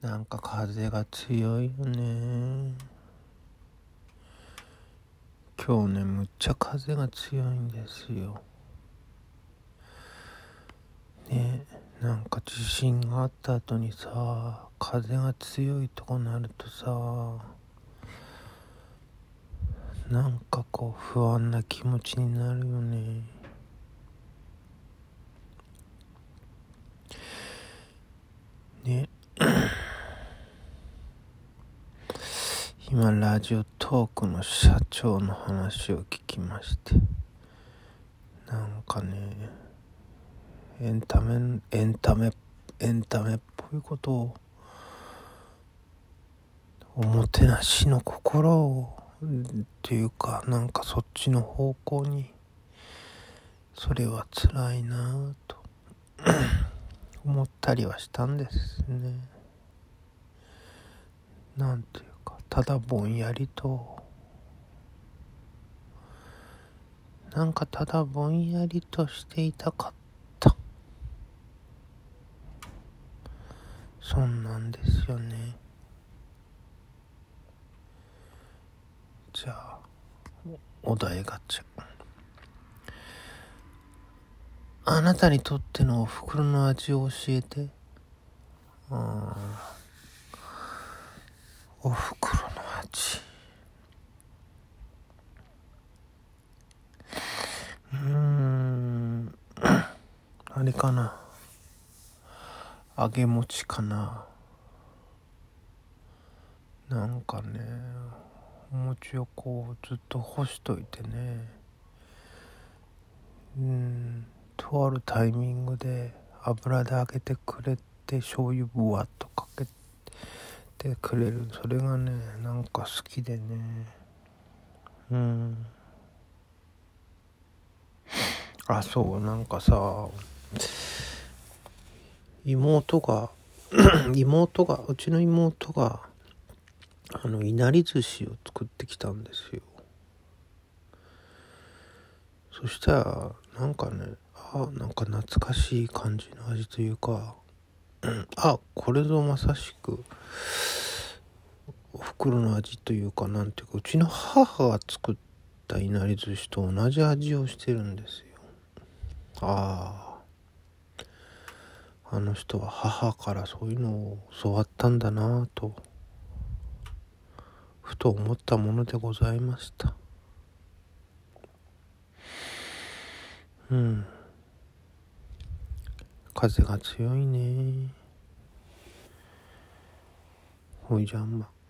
なんか風が強いよね。今日ね、むっちゃ風が強いんですよ。ね、なんか地震があった後にさ、風が強いとこなるとさ、なんかこう不安な気持ちになるよね。ね。今ラジオトークの社長の話を聞きまして、なんかね、エンタメっぽいことを、おもてなしの心をっていうか、なんかそっちの方向に、それは辛いなぁと思ったりはしたんですね。なんていうか、ただぼんやりと、なんかただぼんやりとしていたかった。そんなんですよね。じゃあ、お題ガチャ。あなたにとってのお袋の味を教えて。お袋の味。あれかな。揚げ餅かな。なんかね、お餅をこうずっと干しといてね、とあるタイミングで油で揚げてくれて、醤油ぶわっとかけてくれる。それがね、なんか好きでね。そう、なんかさ、うちの妹がいなり寿司を作ってきたんですよ。そしたらなんかね、なんか懐かしい感じの味というか、これぞまさしくお袋の味というか、なんていうか、うちの母が作ったいなり寿司と同じ味をしてるんですよ。あの人は母からそういうのを教わったんだなぁと、ふと思ったものでございました。風が強いね。ほいじゃあ